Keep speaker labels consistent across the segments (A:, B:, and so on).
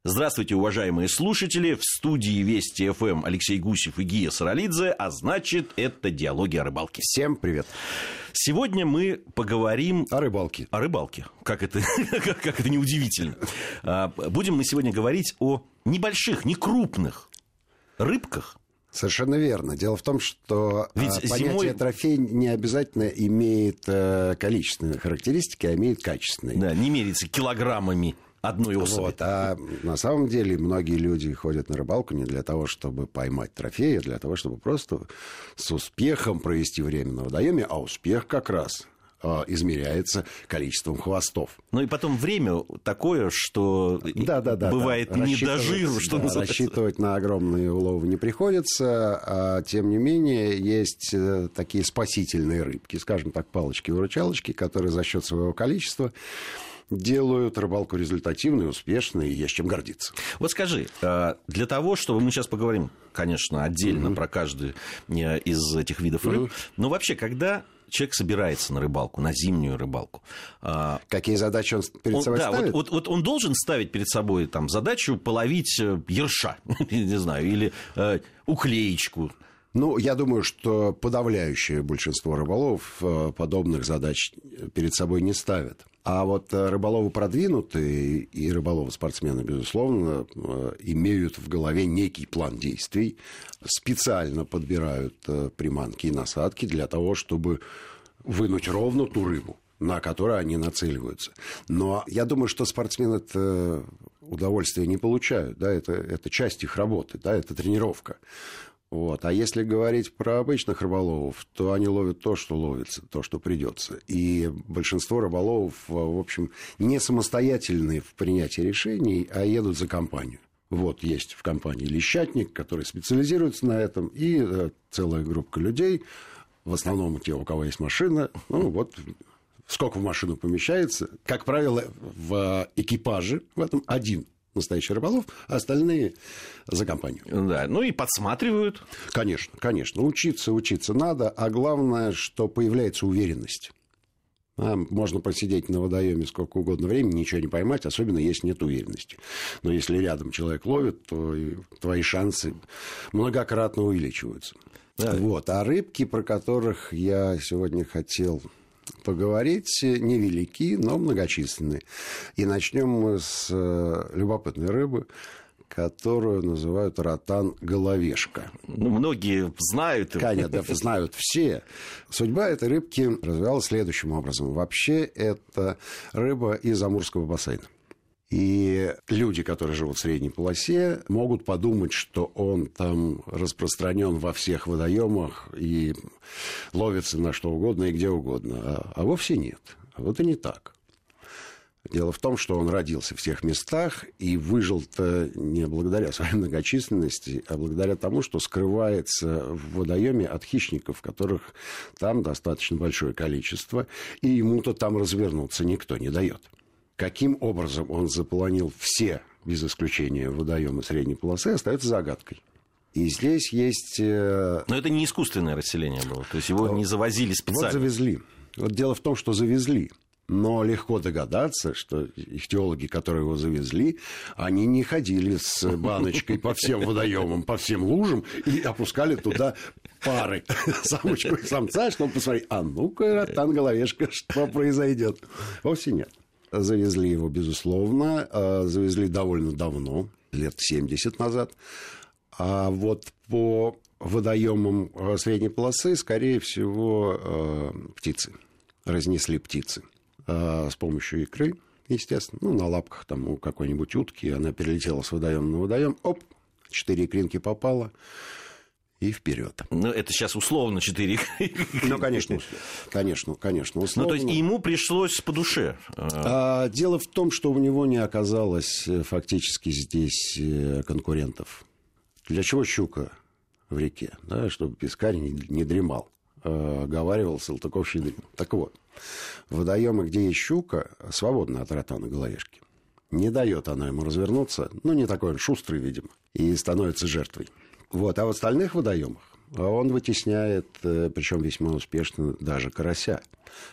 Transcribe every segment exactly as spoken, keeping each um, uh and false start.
A: Здравствуйте, уважаемые слушатели. В студии Вести ФМ Алексей Гусев и Гия Саралидзе, а значит, это «Диалоги о рыбалке».
B: Всем привет.
A: Сегодня мы поговорим...
B: О рыбалке.
A: О рыбалке. Как это, как это неудивительно. Будем мы сегодня говорить о небольших, не крупных рыбках.
B: Совершенно верно. Дело в том, что Ведь понятие зимой... трофей не обязательно имеет количественные характеристики, а имеет качественные.
A: Да, не меряется килограммами одной особи.
B: Вот, а на самом деле многие люди ходят на рыбалку не для того, чтобы поймать трофеи, а для того, чтобы просто с успехом провести время на водоеме, а успех как раз измеряется количеством хвостов.
A: Ну и потом время такое, что
B: да, да, да,
A: бывает
B: да.
A: не до жиру, что
B: да,
A: называется.
B: Рассчитывать на огромные уловы не приходится, а тем не менее есть такие спасительные рыбки, скажем так, палочки-выручалочки, которые за счет своего количества делают рыбалку результативной, успешной, и есть чем гордиться.
A: Вот скажи, для того, чтобы мы сейчас поговорим, конечно, отдельно mm-hmm. про каждый из этих видов рыб, mm-hmm. но вообще, когда человек собирается на рыбалку, на зимнюю рыбалку.
B: Какие задачи он перед
A: он,
B: собой
A: да,
B: ставит?
A: Вот, вот, вот он должен ставить перед собой там, задачу половить ерша, не знаю, или э, уклеечку.
B: Ну, я думаю, что подавляющее большинство рыболовов подобных задач перед собой не ставят. А вот рыболовы продвинутые и рыболовы-спортсмены, безусловно, имеют в голове некий план действий, специально подбирают приманки и насадки для того, чтобы вынуть ровно ту рыбу, на которую они нацеливаются. Но я думаю, что спортсмены это удовольствие не получают, да, это, это часть их работы, да, это тренировка. Вот. А если говорить про обычных рыболовов, то они ловят то, что ловится, то, что придется. И большинство рыболовов, в общем, не самостоятельные в принятии решений, а едут за компанию. Вот есть в компании лещатник, который специализируется на этом, и целая группа людей, в основном те, у кого есть машина, ну вот... Сколько в машину помещается? Как правило, в экипаже в этом один настоящий рыболов, а остальные за компанию.
A: Да, ну и подсматривают.
B: Конечно, конечно. Учиться, учиться надо, а главное, что появляется уверенность. А, можно просидеть на водоеме сколько угодно времени, ничего не поймать, особенно если нет уверенности. Но если рядом человек ловит, то твои шансы многократно увеличиваются. Да. Вот. А рыбки, про которых я сегодня хотел поговорить, невелики, но многочисленные. И начнем мы с любопытной рыбы, которую называют ротан-головешка.
A: Ну, многие знают.
B: Конечно, да, знают все. Судьба этой рыбки развивалась следующим образом. Вообще, это рыба из Амурского бассейна. И люди, которые живут в средней полосе, могут подумать, что он там распространен во всех водоемах и ловится на что угодно и где угодно. А, а вовсе нет. А вот и не так. Дело в том, что он родился в тех местах и выжил-то не благодаря своей многочисленности, а благодаря тому, что скрывается в водоеме от хищников, которых там достаточно большое количество, и ему-то там развернуться никто не дает. Каким образом он заполонил все, без исключения водоемы средней полосы, остается загадкой. И здесь есть...
A: Но это не искусственное расселение было, то есть его не завозили специально.
B: Вот завезли. Вот дело в том, что завезли. Но легко догадаться, что ихтиологи, которые его завезли, они не ходили с баночкой по всем водоемам, по всем лужам и опускали туда пары, самочку и самца, чтобы посмотреть, а ну-ка, ротан-головешка, что произойдет. Вовсе нет. Завезли его, безусловно, завезли довольно давно, лет семьдесят назад. А вот по водоемам средней полосы, скорее всего, птицы. Разнесли птицы с помощью икры, естественно. Ну, на лапках там у какой-нибудь утки. Она перелетела с водоема на водоем. Оп, четыре икринки попало. И вперед.
A: Ну, это сейчас условно четыре.
B: Ну, конечно, конечно, конечно, условно.
A: Ну, то есть ему пришлось по душе.
B: А, дело в том, что у него не оказалось фактически здесь конкурентов. Для чего щука в реке? Да, чтобы пескарь не, не дремал. А, говаривал Салтыков-Щедрин. Так вот, водоемы, где есть щука, свободны от ротана-головешки. Не дает она ему развернуться. Ну, не такой он шустрый, видимо. И становится жертвой. Вот. А в остальных водоемах он вытесняет, причем весьма успешно, даже карася,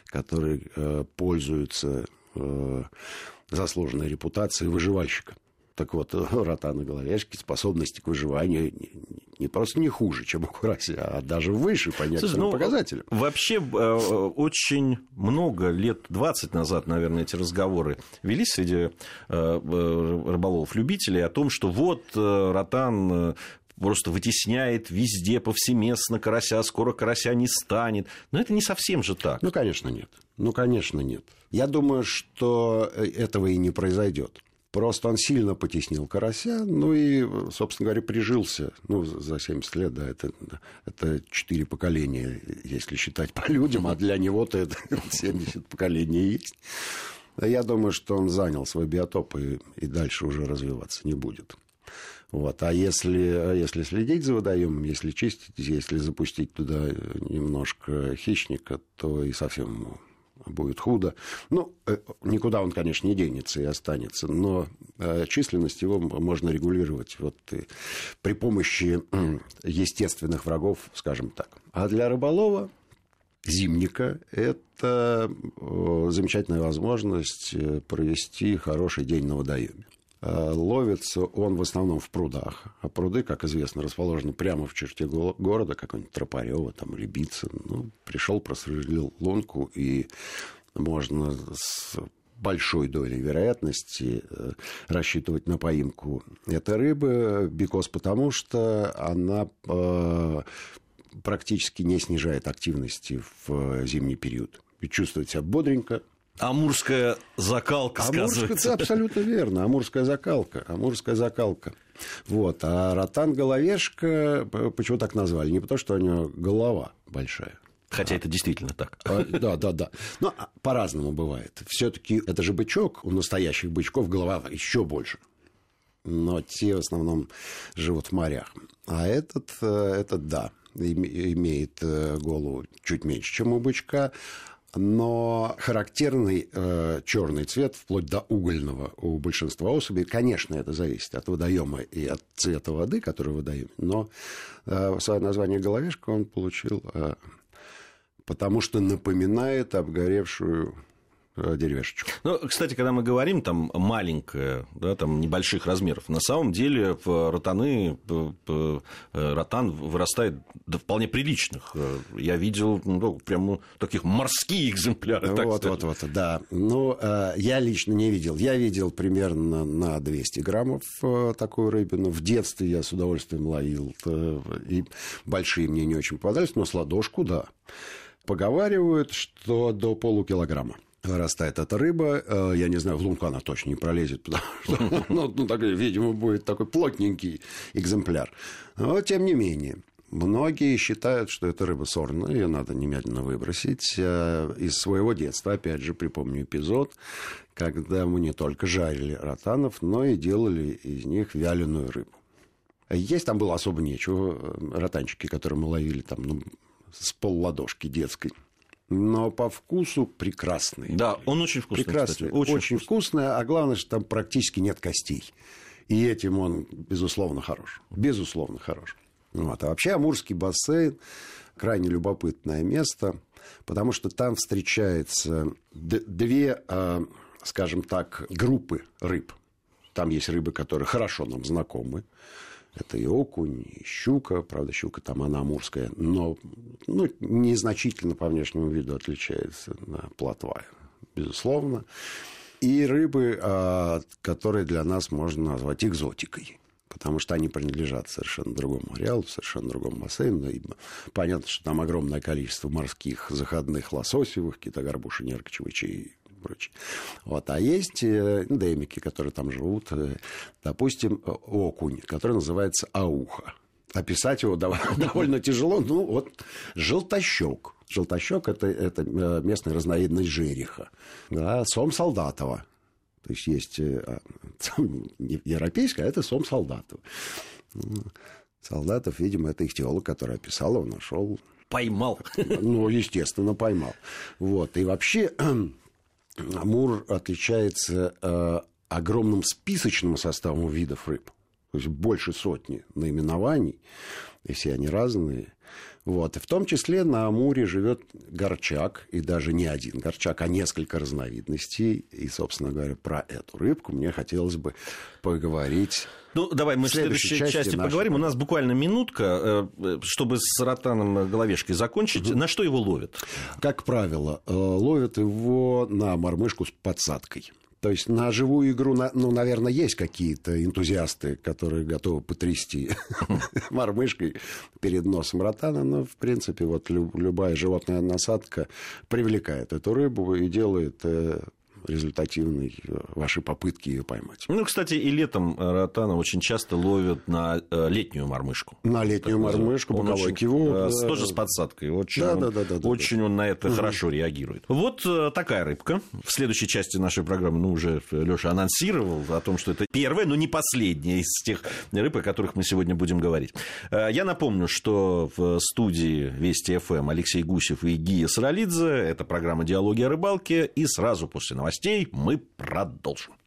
B: который э, пользуется э, заслуженной репутацией выживальщика. Так вот, ротаны-головешки способности к выживанию не просто не хуже, чем у карася, а даже выше по некоторым Слушай, ну, показателям.
A: Вообще очень много лет, двадцать назад, наверное, эти разговоры велись среди рыболовов-любителей о том, что вот ротан просто вытесняет везде, повсеместно карася, скоро карася не станет. Но это не совсем же так.
B: Ну, конечно, нет. Ну, конечно, нет. Я думаю, что этого и не произойдет. Просто он сильно потеснил карася, ну и, собственно говоря, прижился. Ну, за семьдесят лет, да, это, это четыре поколения, если считать по людям, а для него-то это семьдесят поколений есть. Я думаю, что он занял свой биотоп и, и дальше уже развиваться не будет. Вот. А если, если следить за водоемом, если чистить, если запустить туда немножко хищника, то и совсем будет худо. Ну, никуда он, конечно, не денется и останется, но численность его можно регулировать вот при помощи естественных врагов, скажем так. А для рыболова, зимника, это замечательная возможность провести хороший день на водоеме. Ловится он в основном в прудах. А пруды, как известно, расположены прямо в черте города, какой-нибудь Тропарёво там, или Бица. Ну, пришел, просверлил лунку, и можно с большой долей вероятности рассчитывать на поимку этой рыбы, бикос потому, что она практически не снижает активности в зимний период. И чувствует себя бодренько.
A: Амурская закалка, сказывается.
B: Амурская, абсолютно верно. Амурская закалка. Амурская закалка. Вот. А ротан-головешка, почему так назвали? Не потому, что у него голова большая.
A: Хотя а, это действительно так.
B: А, да, да, да. Но по-разному бывает. Все-таки это же бычок. У настоящих бычков голова еще больше. Но те в основном живут в морях. А этот, этот да, имеет голову чуть меньше, чем у бычка. Но характерный э, черный цвет, вплоть до угольного у большинства особей, конечно, это зависит от водоема и от цвета воды, который в водоеме, но э, свое название головешка он получил, э, потому что напоминает обгоревшую деревяшечку.
A: Ну, кстати, когда мы говорим там маленькое, да, там небольших размеров, на самом деле ротаны, ротан вырастает до вполне приличных. Я видел ну, прямо таких морские экземпляры. Так
B: вот, вот, вот, да. Ну, я лично не видел. Я видел примерно на двести граммов такую рыбину. В детстве я с удовольствием ловил. И большие мне не очень попадались, но с ладошку, да. Поговаривают, что до полукилограмма вырастает эта рыба. Я не знаю, в лунку она точно не пролезет, потому что, ну, ну, так, видимо, будет такой плотненький экземпляр. Но, тем не менее, многие считают, что это рыба сорная, ее надо немедленно выбросить. Из своего детства, опять же, припомню эпизод, когда мы не только жарили ротанов, но и делали из них вяленую рыбу. Есть там было особо нечего. Ротанчики, которые мы ловили там, ну, с полладошки детской. Но по вкусу прекрасный.
A: Да, он очень вкусный,
B: прекрасный,
A: кстати. Очень,
B: очень вкусный, а главное, что там практически нет костей. И этим он, безусловно, хорош. Безусловно, хорош. Вот. А вообще Амурский бассейн крайне любопытное место, потому что там встречаются две, скажем так, группы рыб. Там есть рыбы, которые хорошо нам знакомы. Это и окунь, и щука. Правда, щука там она амурская, но ну, незначительно по внешнему виду отличается на плотва, безусловно. И рыбы, которые для нас можно назвать экзотикой, потому что они принадлежат совершенно другому ареалу, совершенно другому бассейну. И понятно, что там огромное количество морских заходных лососевых, китогорбуши, неркачевичей и прочее. Вот. А есть эндемики, которые там живут. Допустим, окунь, который называется ауха. Описать его довольно тяжело. Ну, вот желтощек. Желтощек – это, это местная разновидность жереха. Да, сом Солдатова. То есть, есть европейская, а это сом Солдатова. Солдатов, видимо, это ихтиолог, который описал его, нашел.
A: Поймал.
B: Ну, естественно, поймал. Вот. И вообще Амур отличается огромным списочным составом видов рыб. То есть больше сотни наименований, и все они разные. Вот. И в том числе на Амуре живет горчак, и даже не один горчак, а несколько разновидностей. И, собственно говоря, про эту рыбку мне хотелось бы поговорить.
A: Ну, давай мы в следующей, в следующей части, части поговорим. У нас буквально минутка, чтобы с ротаном головешкой закончить. Угу. На что его ловят?
B: Как правило, ловят его на мормышку с подсадкой. То есть на живую игру, ну, наверное, есть какие-то энтузиасты, которые готовы потрясти мормышкой перед носом ротана, но, в принципе, вот любая животная насадка привлекает эту рыбу и делает результативной ваши попытки ее поймать.
A: Ну, кстати, и летом ротана очень часто ловят на летнюю мормышку.
B: На летнюю мормышку, боковой кивок.
A: Да. Тоже с подсадкой. Очень, да, он, да, да, да, очень да. он на это угу. хорошо реагирует. Вот такая рыбка. В следующей части нашей программы, ну, уже Лёша анонсировал о том, что это первая, но не последняя из тех рыб, о которых мы сегодня будем говорить. Я напомню, что в студии Вести эф эм Алексей Гусев и Гия Саралидзе. Это программа «Диалоги о рыбалке». И сразу после новостей мы продолжим.